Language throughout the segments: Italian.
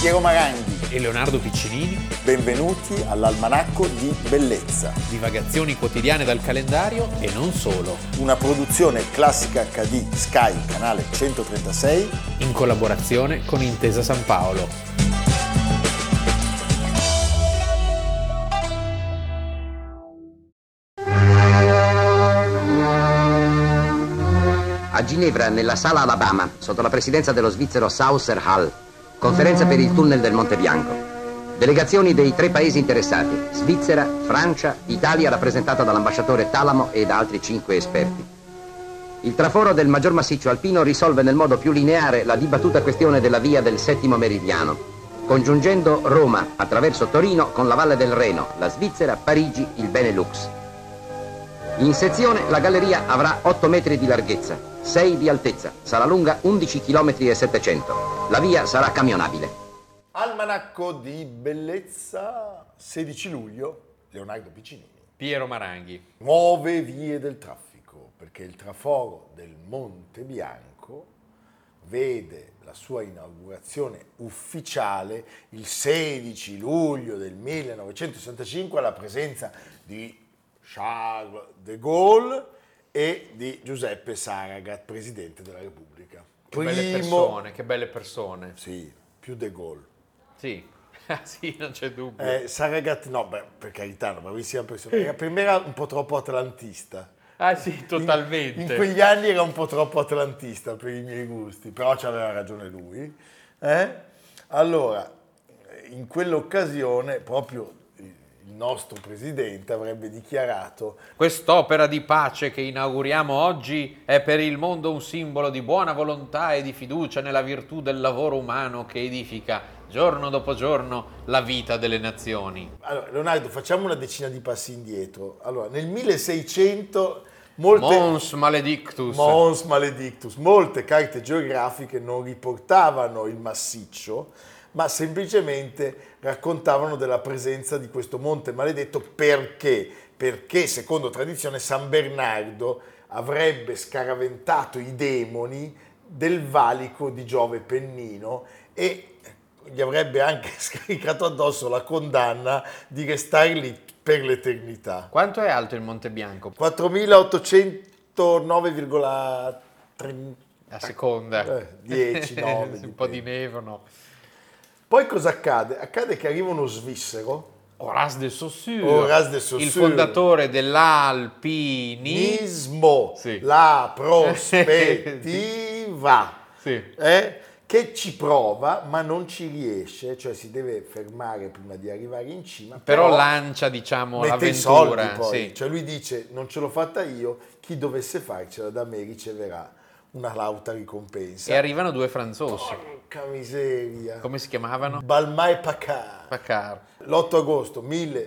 Piero Maranghi e Leonardo Piccinini. Benvenuti all'Almanacco di Bellezza. Divagazioni quotidiane dal calendario e non solo. Una produzione Classica HD Sky, canale 136. In collaborazione con Intesa San Paolo. A Ginevra, nella Sala Alabama, sotto la presidenza dello svizzero Sauser Hall, conferenza per il tunnel del Monte Bianco. Delegazioni dei 3 paesi interessati, Svizzera, Francia, Italia rappresentata dall'ambasciatore Talamo e da altri 5 esperti. Il traforo del maggior massiccio alpino risolve nel modo più lineare la dibattuta questione della via del 7° meridiano, congiungendo Roma attraverso Torino con la Valle del Reno, la Svizzera, Parigi, il Benelux. In sezione la galleria avrà 8 metri di larghezza, 6 di altezza, sarà lunga 11 km e 700. La via sarà camionabile. Almanacco di Bellezza, 16 luglio, Leonardo Piccinini. Piero Maranghi. Nuove vie del traffico, perché il traforo del Monte Bianco vede la sua inaugurazione ufficiale il 16 luglio del 1965 alla presenza di Charles de Gaulle e di Giuseppe Saragat, Presidente della Repubblica. Che belle persone. Sì, più de Gaulle. Sì, sì, non c'è dubbio. Saragat no, per carità, una bravissima persona. Per me era un po' troppo atlantista. Ah sì, totalmente. In quegli anni era un po' troppo atlantista per i miei gusti, però c'aveva ragione lui. Allora, in quell'occasione proprio il nostro presidente avrebbe dichiarato: quest'opera di pace che inauguriamo oggi è per il mondo un simbolo di buona volontà e di fiducia nella virtù del lavoro umano che edifica giorno dopo giorno la vita delle nazioni. Allora, Leonardo, facciamo una decina di passi indietro. Allora, nel 1600 Mons Maledictus, molte carte geografiche non riportavano il massiccio, ma semplicemente raccontavano della presenza di questo monte maledetto. Perché secondo tradizione San Bernardo avrebbe scaraventato i demoni del valico di Giove Pennino e gli avrebbe anche scaricato addosso la condanna di restare lì per l'eternità. Quanto è alto il Monte Bianco? 4.809,3 a seconda. 10, 9. Un po' di neve, no? Poi cosa accade? Accade che arriva uno svizzero, Horace de Saussure, il fondatore dell'alpinismo, sì. La prospettiva, sì. Che ci prova ma non ci riesce, cioè si deve fermare prima di arrivare in cima. Però lancia, diciamo, mette l'avventura. I soldi poi. Sì. Cioè lui dice: non ce l'ho fatta io, chi dovesse farcela da me riceverà una lauta ricompensa. E arrivano 2 franzosi. Porca miseria. Come si chiamavano? Balmat e Paccard. L'8 agosto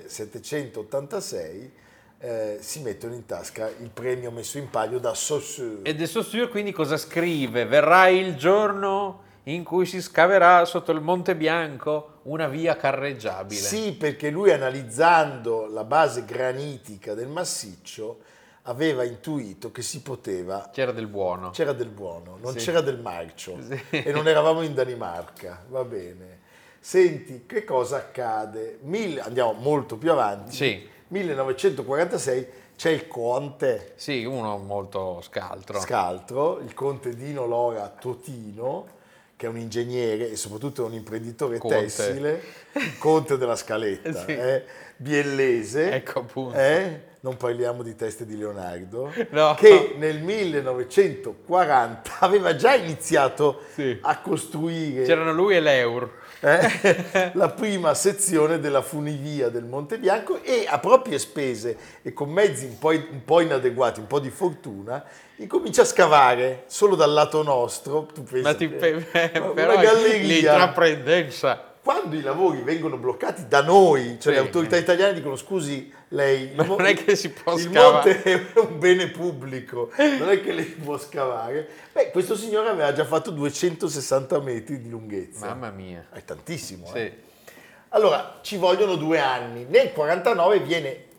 1786 si mettono in tasca il premio messo in palio da Saussure. E de Saussure quindi cosa scrive? Verrà il giorno in cui si scaverà sotto il Monte Bianco una via carreggiabile. Sì, perché lui, analizzando la base granitica del massiccio, aveva intuito che si poteva... C'era del buono, non sì. C'era del marcio, sì. E non eravamo in Danimarca, va bene. Senti, che cosa accade? Andiamo molto più avanti. Sì. 1946 c'è il conte. Sì, uno molto Scaltro, il conte Dino Lora Totino, che è un ingegnere e soprattutto un imprenditore tessile, il conte della Scaletta, sì. Biellese. Ecco appunto. Non parliamo di teste di Leonardo, no. Che nel 1940 aveva già iniziato a costruire. C'erano lui e l'Eur. La prima sezione della funivia del Monte Bianco, e a proprie spese e con mezzi un po' inadeguati, un po' di fortuna, incomincia a scavare solo dal lato nostro. Tu pensi però una galleria. L'intraprendenza. Quando i lavori vengono bloccati da noi, cioè sì. Le autorità italiane dicono: scusi, lei, ma non è che si può il scavare. monte è un bene pubblico, non è che lei può scavare. Beh, questo signore aveva già fatto 260 metri di lunghezza. Mamma mia. È tantissimo. Sì. Allora, ci vogliono 2 anni. Nel 49 viene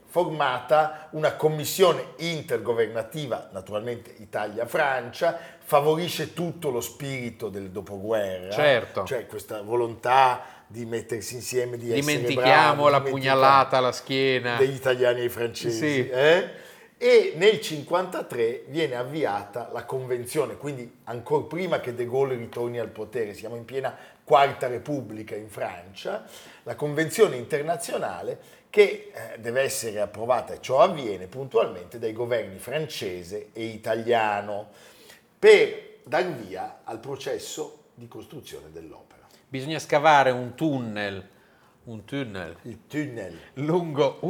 formata una commissione intergovernativa, naturalmente Italia-Francia, favorisce tutto lo spirito del dopoguerra, certo. Cioè questa volontà di mettersi insieme, di essere Dimentichiamo bravi, la pugnalata alla schiena degli italiani e ai francesi. Sì. E nel 1953 viene avviata la convenzione, quindi ancora prima che De Gaulle ritorni al potere, siamo in piena Quarta Repubblica in Francia, la convenzione internazionale che deve essere approvata, e ciò avviene puntualmente dai governi francese e italiano, per dar via al processo di costruzione dell'opera. Bisogna scavare un tunnel Il tunnel. lungo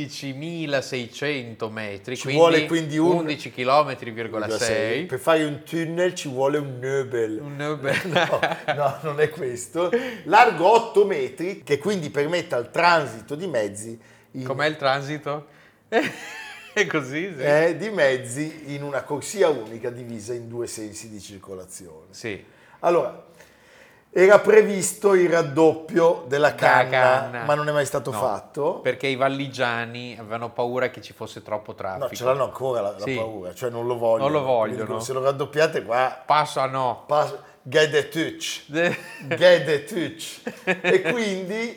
11.600 metri, Ci vuole quindi 11 km,6. Per fare un tunnel ci vuole un Nöbel. No, non è questo. Largo 8 metri, che quindi permette al transito di mezzi. Com'è il transito? È così, sì. Di mezzi in una corsia unica divisa in 2 sensi di circolazione. Sì. Allora, era previsto il raddoppio della canna, ma non è mai stato No, fatto. Perché i valligiani avevano paura che ci fosse troppo traffico. No, ce l'hanno ancora la Sì. paura, cioè non lo vogliono. Non lo vogliono. Quindi, se lo raddoppiate qua, Passano. get the touch. Get the touch. E quindi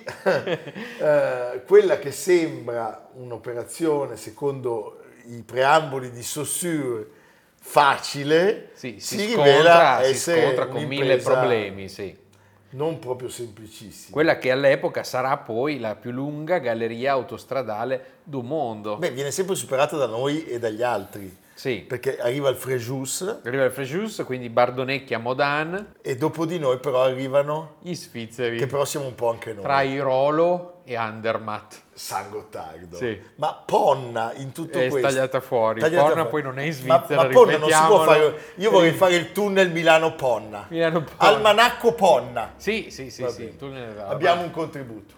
quella che sembra un'operazione, secondo i preamboli di Saussure, facile, Sì, si si rivela essere si scontra con 1000 un'impresa problemi, sì. non proprio semplicissima. Quella che all'epoca sarà poi la più lunga galleria autostradale du mondo. Beh, viene sempre superata da noi e dagli altri, Sì. perché arriva il Frejus Arriva il Frejus, quindi Bardonecchia a Modane, e dopo di noi però arrivano, gli svizzeri, che però siamo un po' anche noi, tra Irolo e Andermatt. San Gottardo. Sì. Ma Ponna in tutto È questo tagliata fuori. tagliata Ponna fuori. poi non è in Svizzera, ma Ponna non si può ripetiamolo. fare. Io vorrei fare il tunnel Milano-Ponna. Milano-Ponna. Almanacco Ponna. Sì, Va sì. bene. Tu ne vai. Abbiamo un contributo.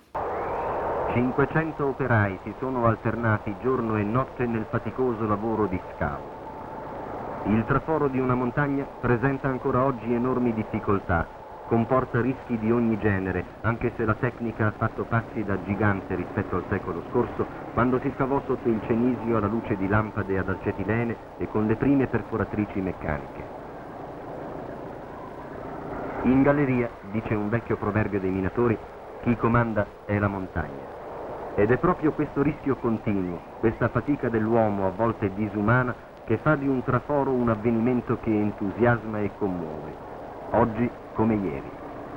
500 operai si sono alternati giorno e notte nel faticoso lavoro di scavo. Il traforo di una montagna presenta ancora oggi enormi difficoltà, comporta rischi di ogni genere, anche se la tecnica ha fatto passi da gigante rispetto al secolo scorso, quando si scavò sotto il Cenisio alla luce di lampade ad acetilene e con le prime perforatrici meccaniche. In galleria, dice un vecchio proverbio dei minatori, chi comanda è la montagna. Ed è proprio questo rischio continuo, questa fatica dell'uomo a volte disumana, che fa di un traforo un avvenimento che entusiasma e commuove. Oggi come ieri.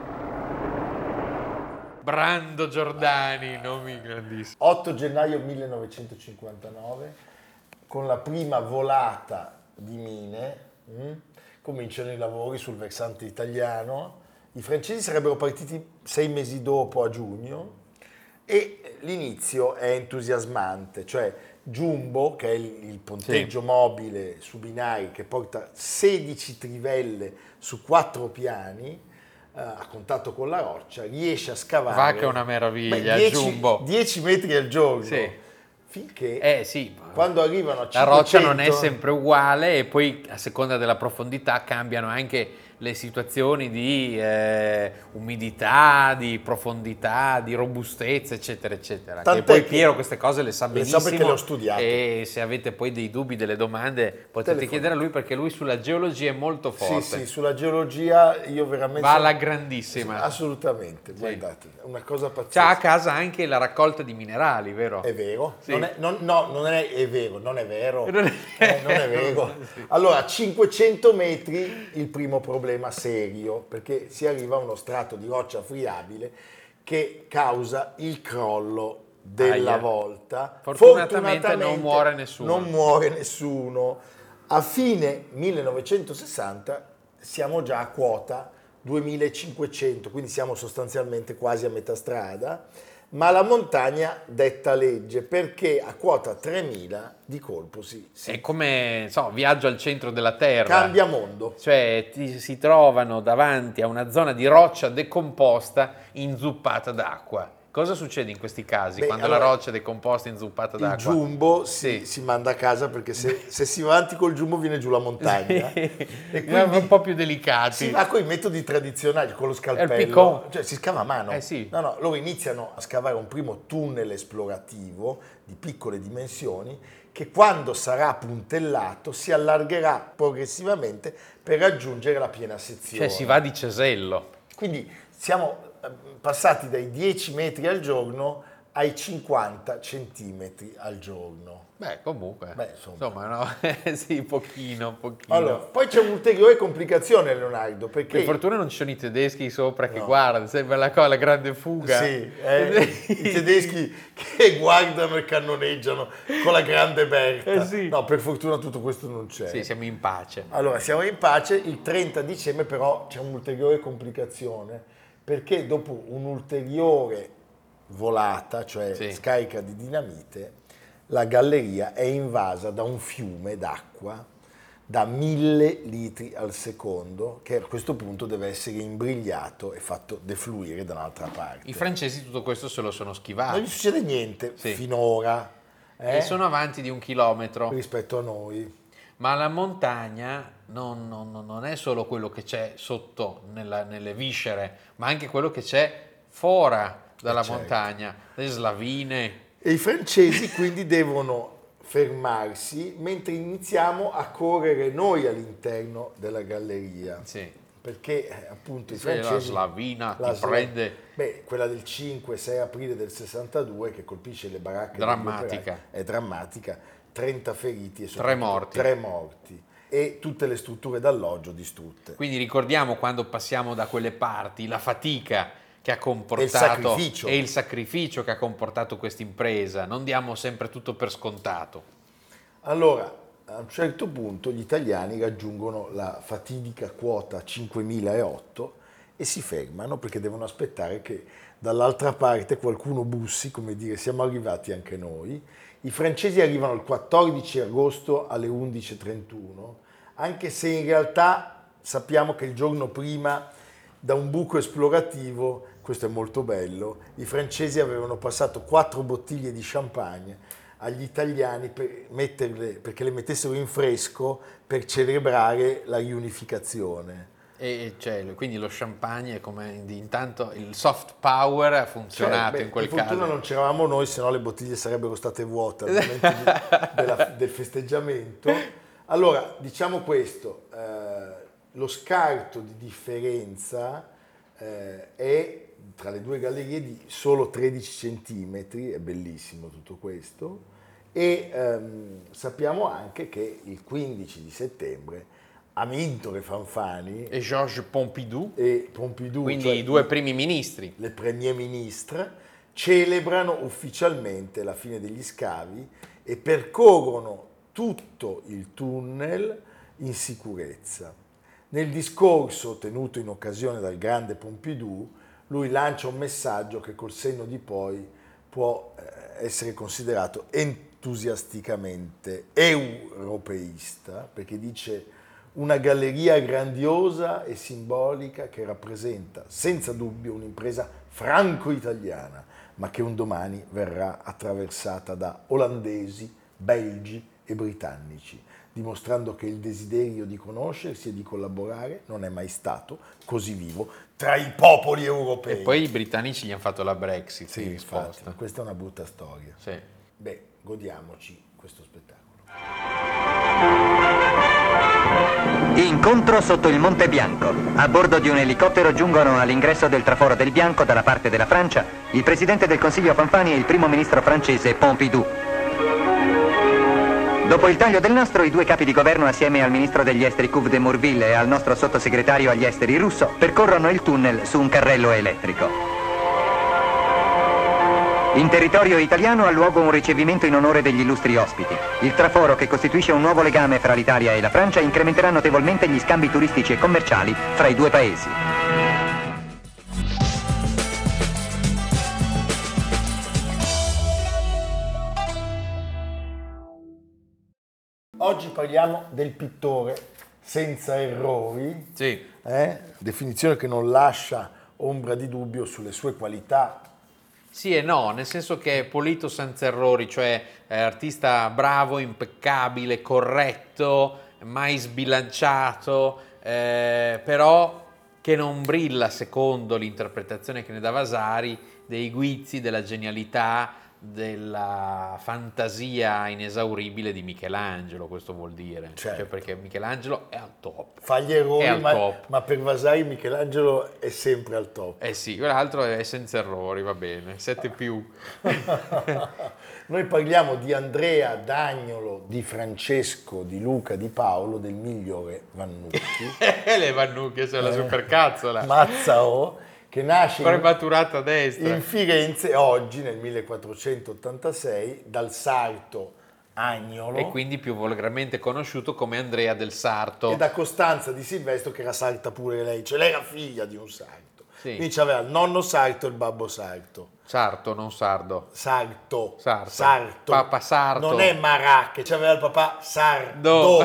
Brando Giordani, nomi grandissimi. 8 gennaio 1959, con la prima volata di mine, cominciano i lavori sul versante italiano. I francesi sarebbero partiti 6 mesi dopo, a giugno, e l'inizio è entusiasmante, cioè Jumbo, che è il ponteggio mobile su binari che porta 16 trivelle su 4 piani, a contatto con la roccia, riesce a scavare. Va che è una meraviglia, 10 metri al giorno. Sì. Finché Sì. quando arrivano a 500... La roccia non è sempre uguale e poi a seconda della profondità cambiano anche le situazioni di umidità, di profondità, di robustezza, eccetera, eccetera. Tant'è che poi che Piero queste cose le sa benissimo. Le sa perché le ho studiate. E se avete poi dei dubbi, delle domande, potete chiedere a lui, perché lui sulla geologia è molto forte. Sì, sulla geologia io veramente... Va alla grandissima. Sì, assolutamente, guardate, è una cosa pazzesca. C'ha a casa anche la raccolta di minerali, vero? È vero? Sì. Non è vero. Non è vero. Sì. Allora, a 500 metri il primo problema serio, perché si arriva a uno strato di roccia friabile che causa il crollo della volta. Fortunatamente non muore nessuno. Non muore nessuno. A fine 1960 siamo già a quota 2500, quindi siamo sostanzialmente quasi a metà strada, ma la montagna detta legge, perché a quota 3000 di colpo è come viaggio al centro della Terra. Cambia mondo. Cioè si trovano davanti a una zona di roccia decomposta inzuppata d'acqua Cosa succede in questi casi quando allora, la roccia è decomposta inzuppata d'acqua? Il jumbo Sì. si manda a casa perché se si va avanti col jumbo viene giù la montagna. Sì. E Quindi un po' più delicati. si va con i metodi tradizionali, con lo È il scalpello, piccone. cioè si scava a mano. Sì. No, loro iniziano a scavare un primo tunnel esplorativo di piccole dimensioni che quando sarà puntellato si allargherà progressivamente per raggiungere la piena sezione. Cioè si va di cesello. Quindi siamo passati dai 10 metri al giorno ai 50 centimetri al giorno. Beh, comunque, insomma no, sì, pochino. Allora, poi c'è un'ulteriore complicazione, Leonardo, perché... Per fortuna non ci sono i tedeschi sopra che guardano, sembra la grande fuga. Sì, i tedeschi che guardano e cannoneggiano con la grande Berta. Sì. No, per fortuna tutto questo non c'è. Sì, siamo in pace. Allora, siamo in pace, il 30 dicembre però c'è un'ulteriore complicazione, perché dopo un'ulteriore volata, cioè scarica di dinamite, la galleria è invasa da un fiume d'acqua da 1000 litri al secondo, che a questo punto deve essere imbrigliato e fatto defluire da un'altra parte. I francesi tutto questo se lo sono schivati. Non gli succede niente finora. E sono avanti di 1 chilometro. Rispetto a noi. Ma la montagna non è solo quello che c'è sotto nelle viscere, ma anche quello che c'è fuori dalla montagna, le slavine. E i francesi quindi devono fermarsi mentre iniziamo a correre noi all'interno della galleria. Sì. Perché appunto i francesi... La slavina ti prende... Beh, quella del 5-6 aprile del 62 che colpisce le baracche drammatica. È drammatica, 30 feriti e 3 morti. 3 morti e tutte le strutture d'alloggio distrutte. Quindi ricordiamo quando passiamo da quelle parti la fatica che ha comportato e il sacrificio che ha comportato questa impresa. Non diamo sempre tutto per scontato. Allora, a un certo punto gli italiani raggiungono la fatidica quota 5008 e si fermano perché devono aspettare che dall'altra parte qualcuno bussi, come dire, siamo arrivati anche noi. I francesi arrivano il 14 agosto alle 11:31, anche se in realtà sappiamo che il giorno prima da un buco esplorativo, questo è molto bello, i francesi avevano passato 4 bottiglie di champagne agli italiani perché le mettessero in fresco per celebrare la riunificazione. E quindi lo champagne, come intanto il soft power ha funzionato in quel caso. Per fortuna non c'eravamo noi, sennò le bottiglie sarebbero state vuote al momento del festeggiamento. Allora, diciamo questo, lo scarto di differenza è tra le due gallerie di solo 13 centimetri, è bellissimo tutto questo, e sappiamo anche che il 15 di settembre Amintore Fanfani e Georges Pompidou, quindi cioè i 2 primi ministri, le premier ministre, celebrano ufficialmente la fine degli scavi e percorrono tutto il tunnel in sicurezza. Nel discorso tenuto in occasione dal grande Pompidou, lui lancia un messaggio che col senno di poi può essere considerato entusiasticamente europeista, perché dice: una galleria grandiosa e simbolica che rappresenta senza dubbio un'impresa franco-italiana, ma che un domani verrà attraversata da olandesi, belgi e britannici, dimostrando che il desiderio di conoscersi e di collaborare non è mai stato così vivo tra i popoli europei. E poi i britannici gli hanno fatto la Brexit. Sì, infatti, questa è una brutta storia. Sì. Beh, godiamoci questo spettacolo. Incontro sotto il Monte Bianco. A bordo di un elicottero giungono all'ingresso del traforo del Bianco dalla parte della Francia il presidente del Consiglio Fanfani e il primo ministro francese Pompidou. Dopo il taglio del nastro, i 2 capi di governo assieme al ministro degli esteri Couve de Morville e al nostro sottosegretario agli esteri Russo percorrono il tunnel su un carrello elettrico. In territorio italiano ha luogo un ricevimento in onore degli illustri ospiti. Il traforo, che costituisce un nuovo legame fra l'Italia e la Francia, incrementerà notevolmente gli scambi turistici e commerciali fra i 2 paesi. Oggi parliamo del pittore senza errori, definizione che non lascia ombra di dubbio sulle sue qualità Sì e no, nel senso che è pulito senza errori, cioè artista bravo, impeccabile, corretto, mai sbilanciato, però che non brilla secondo l'interpretazione che ne dà Vasari dei guizzi, della genialità, della fantasia inesauribile di Michelangelo, questo vuol dire, Certo. cioè perché Michelangelo è al top. Fa gli È errori, al top. ma per Vasari Michelangelo è sempre al top. Eh sì, quell'altro è senza errori, va bene, 7+. Noi parliamo di Andrea, d'Agnolo, di Francesco, di Luca, di Paolo, del migliore Vannucchi, Le Vannucchi sono la supercazzola. Mazzao, che nasce Prematurato a destra. in Firenze oggi nel 1486 dal sarto Agnolo E quindi più volgarmente conosciuto come Andrea del Sarto. e da Costanza di Silvestro, che era sarta pure lei, cioè lei era figlia di un sarto. Sì. Quindi c'aveva il nonno sarto e il babbo sarto. Sarto, non sardo. Sarto. Sarto. Papa Sarto. Non è Marà, che c'aveva il papà Sardo.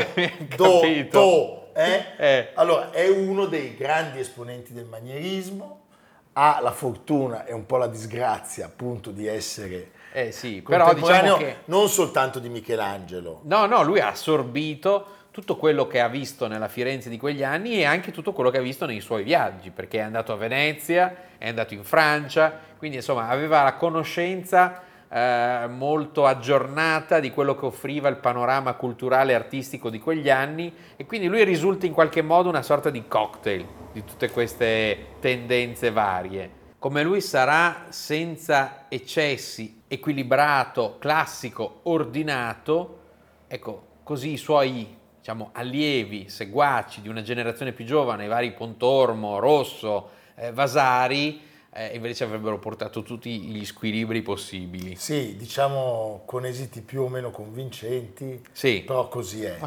Capito. Allora, è uno dei grandi esponenti del manierismo, ha la fortuna e un po' la disgrazia appunto di essere Sì, però diciamo che non soltanto di Michelangelo. no, lui ha assorbito tutto quello che ha visto nella Firenze di quegli anni e anche tutto quello che ha visto nei suoi viaggi, perché è andato a Venezia, è andato in Francia, quindi insomma aveva la conoscenza molto aggiornata di quello che offriva il panorama culturale e artistico di quegli anni, e quindi lui risulta in qualche modo una sorta di cocktail di tutte queste tendenze varie. Come lui sarà senza eccessi, equilibrato, classico, ordinato, ecco, così i suoi, diciamo, allievi, seguaci di una generazione più giovane, i vari Pontormo, Rosso, Vasari, invece avrebbero portato tutti gli squilibri possibili. Sì, diciamo con esiti più o meno convincenti, Sì. però così è.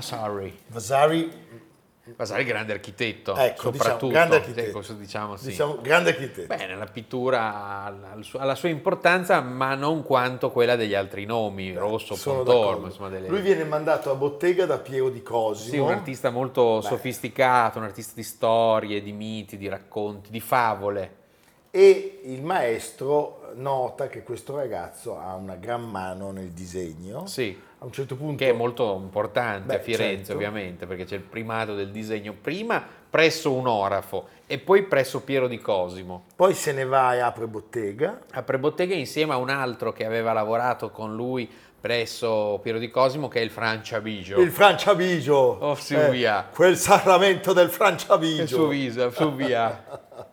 Vasari grande architetto, Ecco, soprattutto. diciamo, grande architetto. Diciamo sì. Diciamo, grande architetto. Beh, la pittura ha la sua importanza, ma non quanto quella degli altri nomi, Rosso, Sono Pontormo, d'accordo. insomma Lui viene mandato a bottega da Piero di Cosimo. Sì, un artista molto sofisticato, un artista di storie, di miti, di racconti, di favole. E il maestro nota che questo ragazzo ha una gran mano nel disegno. Sì. A un certo punto, Che è molto importante a Firenze, certo. ovviamente, perché c'è il primato del disegno prima presso un orafo e poi presso Piero di Cosimo. Poi se ne va e apre bottega. Apre bottega insieme a un altro che aveva lavorato con lui presso Piero di Cosimo, che è il Franciabigio. Il Franciabigio. Oh, su via. Quel sacramento del Franciabigio. Il suo viso, su via.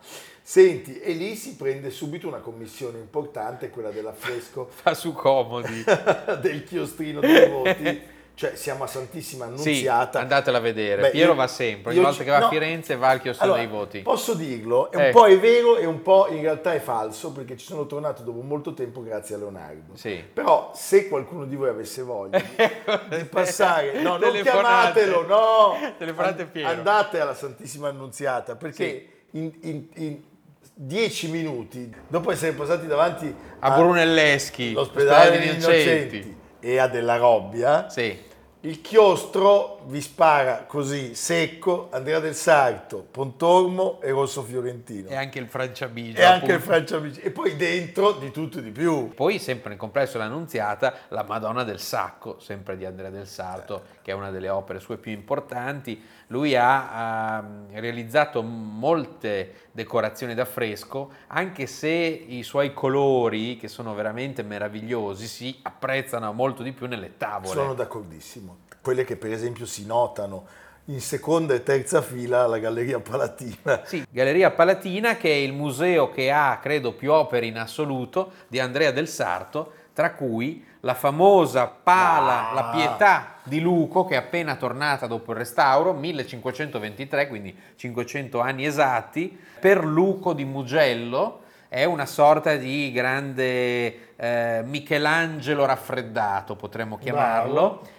Senti, e lì si prende subito una commissione importante, quella dell'affresco Fa su comodi. del chiostrino dei voti, cioè siamo a Santissima Annunziata. Sì, andatela a vedere. Beh, Piero io- va sempre, ogni io volta ci- che va no. a Firenze va al chiostro Allora, dei voti. Posso dirlo, un po' è vero e un po' in realtà è falso, perché ci sono tornato dopo molto tempo grazie a Leonardo. Sì. Però se qualcuno di voi avesse voglia di passare, no, non Telefonate. chiamatelo, no, Telefonate Piero. andate alla Santissima Annunziata, perché in 10 minuti, dopo essere passati davanti A Brunelleschi, l'ospedale degli degli Innocenti e a Della Robbia, Sì. il chiostro vi spara così, secco, Andrea del Sarto, Pontormo e Rosso Fiorentino. E anche il Franciabigio. E anche il appunto. Franciabigio. E poi dentro di tutto e di più. Poi sempre nel complesso dell'Annunziata la Madonna del Sacco, sempre di Andrea del Sarto, che è una delle opere sue più importanti. Lui ha realizzato molte decorazioni d'affresco, anche se i suoi colori, che sono veramente meravigliosi, si apprezzano molto di più nelle tavole. Sono d'accordissimo. Quelle che per esempio si notano in seconda e terza fila alla Galleria Palatina. Sì, Galleria Palatina, che è il museo che ha, credo, più opere in assoluto di Andrea del Sarto, tra cui la famosa pala La Pietà di Luco, che è appena tornata dopo il restauro, 1523, quindi 500 anni esatti, per Luco di Mugello. È una sorta di grande Michelangelo raffreddato, potremmo chiamarlo. Bravo.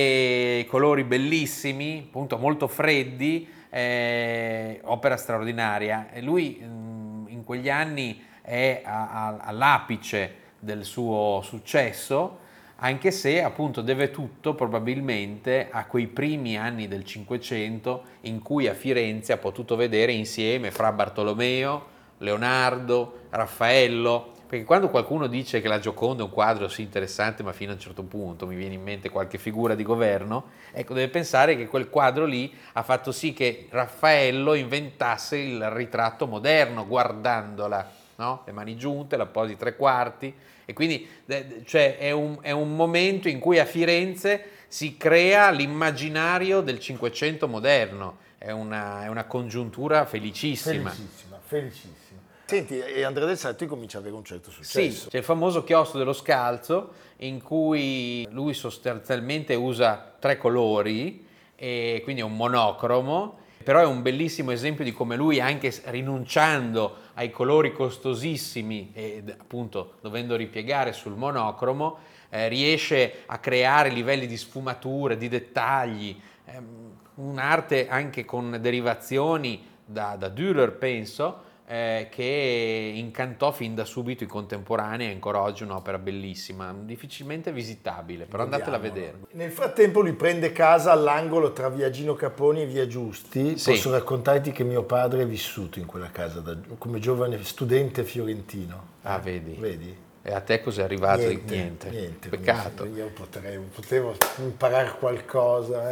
E colori bellissimi, appunto molto freddi, opera straordinaria. E lui in quegli anni è all'apice del suo successo, anche se appunto deve tutto probabilmente a quei primi anni del Cinquecento in cui a Firenze ha potuto vedere insieme fra Bartolomeo, Leonardo, Raffaello, Perché quando qualcuno dice che la Gioconda è un quadro sì interessante, ma fino a un certo punto, mi viene in mente qualche figura di governo, ecco, deve pensare che quel quadro lì ha fatto sì che Raffaello inventasse il ritratto moderno, guardandola, no? Le mani giunte, la posi tre quarti, e quindi cioè, è un momento in cui a Firenze si crea l'immaginario del Cinquecento moderno, è una congiuntura felicissima. Felicissima. Senti, e Andrea del Sarto comincia ad avere un certo Sì, successo. c'è il famoso chiostro dello scalzo in cui lui sostanzialmente usa tre colori e quindi è un monocromo, però è un bellissimo esempio di come lui, anche rinunciando ai colori costosissimi e appunto dovendo ripiegare sul monocromo, riesce a creare livelli di sfumature, di dettagli, un'arte anche con derivazioni da Dürer, penso, che incantò fin da subito i contemporanei, e ancora oggi un'opera bellissima, difficilmente visitabile, però andatela a vedere. Nel frattempo lui prende casa all'angolo tra via Gino Caponi e via Giusti. Sì. Posso raccontarti che mio padre è vissuto in quella casa come giovane studente fiorentino. Ah, vedi? Vedi? E a te cos'è arrivato? Niente. Peccato. Io potevo imparare qualcosa.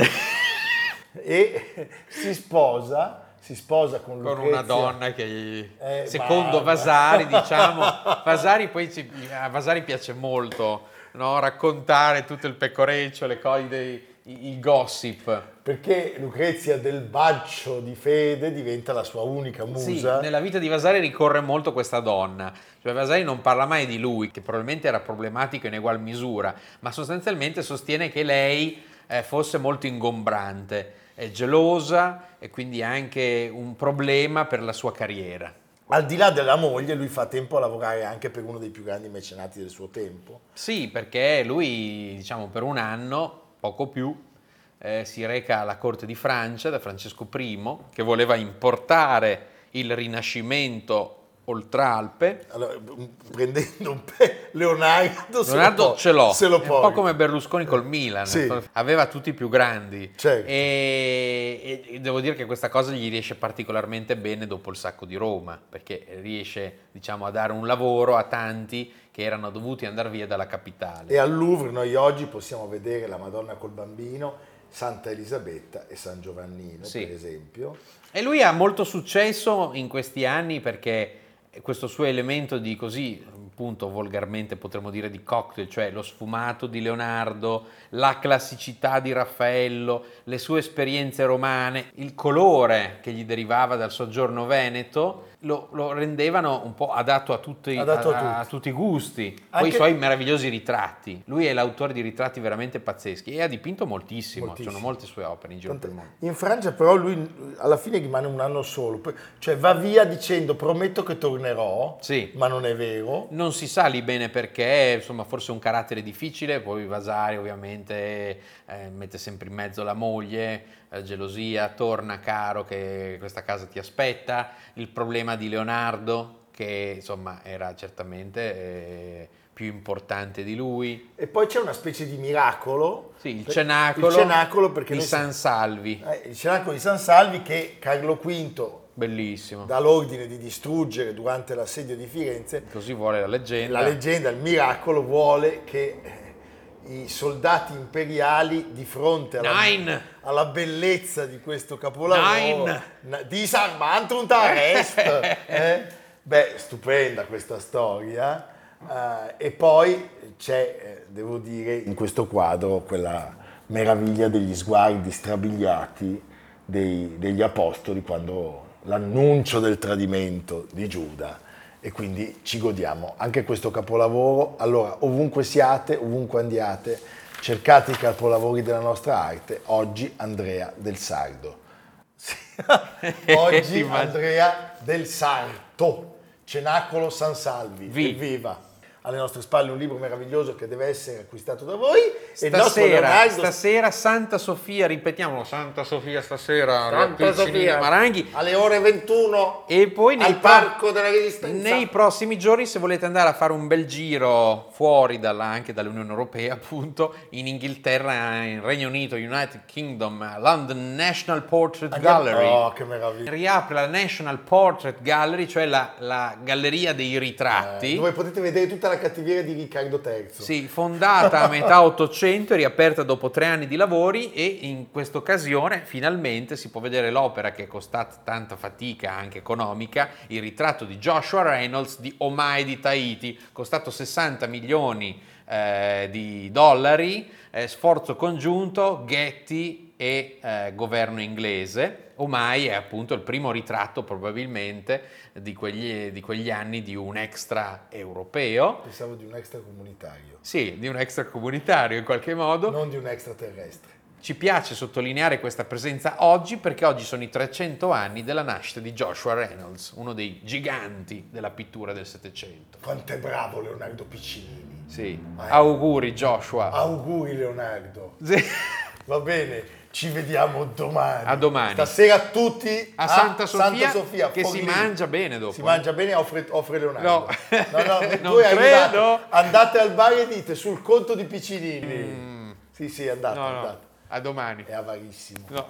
E si sposa con Lucrezia. Con una donna che secondo Vasari, diciamo, a Vasari piace molto, no? Raccontare tutto il pecoreccio, le cose, il gossip. Perché Lucrezia del Baccio di Fede diventa la sua unica musa. Sì, nella vita di Vasari ricorre molto questa donna, cioè Vasari non parla mai di lui, che probabilmente era problematico in egual misura, ma sostanzialmente sostiene che lei fosse molto ingombrante, è gelosa e quindi anche un problema per la sua carriera. Al di là della moglie, lui fa tempo a lavorare anche per uno dei più grandi mecenati del suo tempo. Sì, perché lui, diciamo, per un anno, poco più, si reca alla corte di Francia da Francesco I, che voleva importare il Rinascimento oltralpe. Allora, prendendo Leonardo Ce l'ho, se lo è un po' come Berlusconi col Milan, sì. Aveva tutti i più grandi, certo. e devo dire che questa cosa gli riesce particolarmente bene dopo il sacco di Roma, perché riesce, diciamo, a dare un lavoro a tanti che erano dovuti andare via dalla capitale. E al Louvre noi oggi possiamo vedere la Madonna col Bambino, Santa Elisabetta e San Giovannino, sì, per esempio. E lui ha molto successo in questi anni perché questo suo elemento di così, appunto, volgarmente potremmo dire di cocktail, cioè lo sfumato di Leonardo, la classicità di Raffaello, le sue esperienze romane, il colore che gli derivava dal soggiorno veneto, lo rendevano un po' adatto a tutti i gusti. Poi i suoi meravigliosi ritratti. Lui è l'autore di ritratti veramente pazzeschi e ha dipinto moltissimo. Ci sono molte sue opere in giro per il mondo. In Francia però lui alla fine rimane un anno solo, cioè va via dicendo prometto che tornerò, sì, ma non è vero. Non si sa lì bene perché, insomma, forse un carattere difficile, poi Vasari ovviamente mette sempre in mezzo la moglie, gelosia, torna caro che questa casa ti aspetta, il problema di Leonardo che insomma era certamente più importante di lui. E poi c'è una specie di miracolo. Sì, il cenacolo perché di San Salvi. Il cenacolo di San Salvi che Carlo V bellissimo, dà l'ordine di distruggere durante l'assedio di Firenze. Così vuole la leggenda. La leggenda, il miracolo vuole che i soldati imperiali di fronte alla bellezza di questo capolavoro disarmantunt arrest. Beh, stupenda questa storia. E poi c'è, devo dire, in questo quadro quella meraviglia degli sguardi strabiliati degli apostoli quando l'annuncio del tradimento di Giuda, e quindi ci godiamo anche questo capolavoro. Allora, ovunque siate, ovunque andiate, cercate i capolavori della nostra arte. Oggi Andrea del Sardo. Oggi Andrea del Sarto, Cenacolo San Salvi. Evviva! alle nostre spalle un libro meraviglioso che deve essere acquistato da voi. E il nostro Leonardo... Stasera Santa Sofia, ripetiamo, Santa Sofia stasera, Santa Sofia, Maranghi. alle ore 21 e poi al Parco della Resistenza. Nei prossimi giorni, se volete andare a fare un bel giro fuori anche dall'Unione Europea, appunto, in Inghilterra, in Regno Unito, United Kingdom, London National Portrait Gallery. Oh, che meraviglia. Riapre la National Portrait Gallery, cioè la galleria dei ritratti. Dove potete vedere tutta la cattiveria di Riccardo III. Sì, fondata a metà Ottocento e riaperta dopo 3 anni di lavori, e in questa occasione finalmente si può vedere l'opera che è costata tanta fatica anche economica, il ritratto di Joshua Reynolds di Omai di Tahiti, costato 60 milioni di dollari, sforzo congiunto Getty e governo inglese. Omai è appunto il primo ritratto probabilmente di quegli anni di un extra europeo. Pensavo di un extracomunitario. Sì, di un extracomunitario in qualche modo. Non di un extraterrestre. Ci piace sottolineare questa presenza oggi perché oggi sono i 300 anni della nascita di Joshua Reynolds, uno dei giganti della pittura del Settecento. Quanto è bravo Leonardo Piccinini. Sì, auguri Joshua. Auguri Leonardo. Sì. Va bene. Ci vediamo domani. A domani. Stasera tutti a Santa Sofia, che Foglini. si mangia bene dopo. Si mangia bene, offre Leonardo. No, non voi credo. Andate al bar e dite sul conto di Piccinini. Sì, andate. A domani. È avarissimo. No.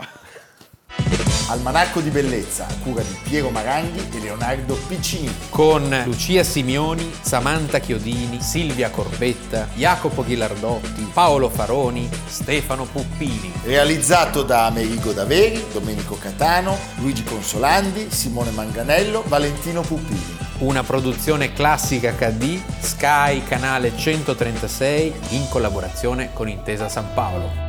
Almanacco di bellezza, a cura di Piero Maranghi e Leonardo Piccinini. Con Lucia Simioni, Samantha Chiodini, Silvia Corbetta, Jacopo Ghilardotti, Paolo Faroni, Stefano Puppini. Realizzato da Amerigo Daveri, Domenico Catano, Luigi Consolandi, Simone Manganello, Valentino Puppini. Una produzione Classica HD, Sky Canale 136, in collaborazione con Intesa San Paolo.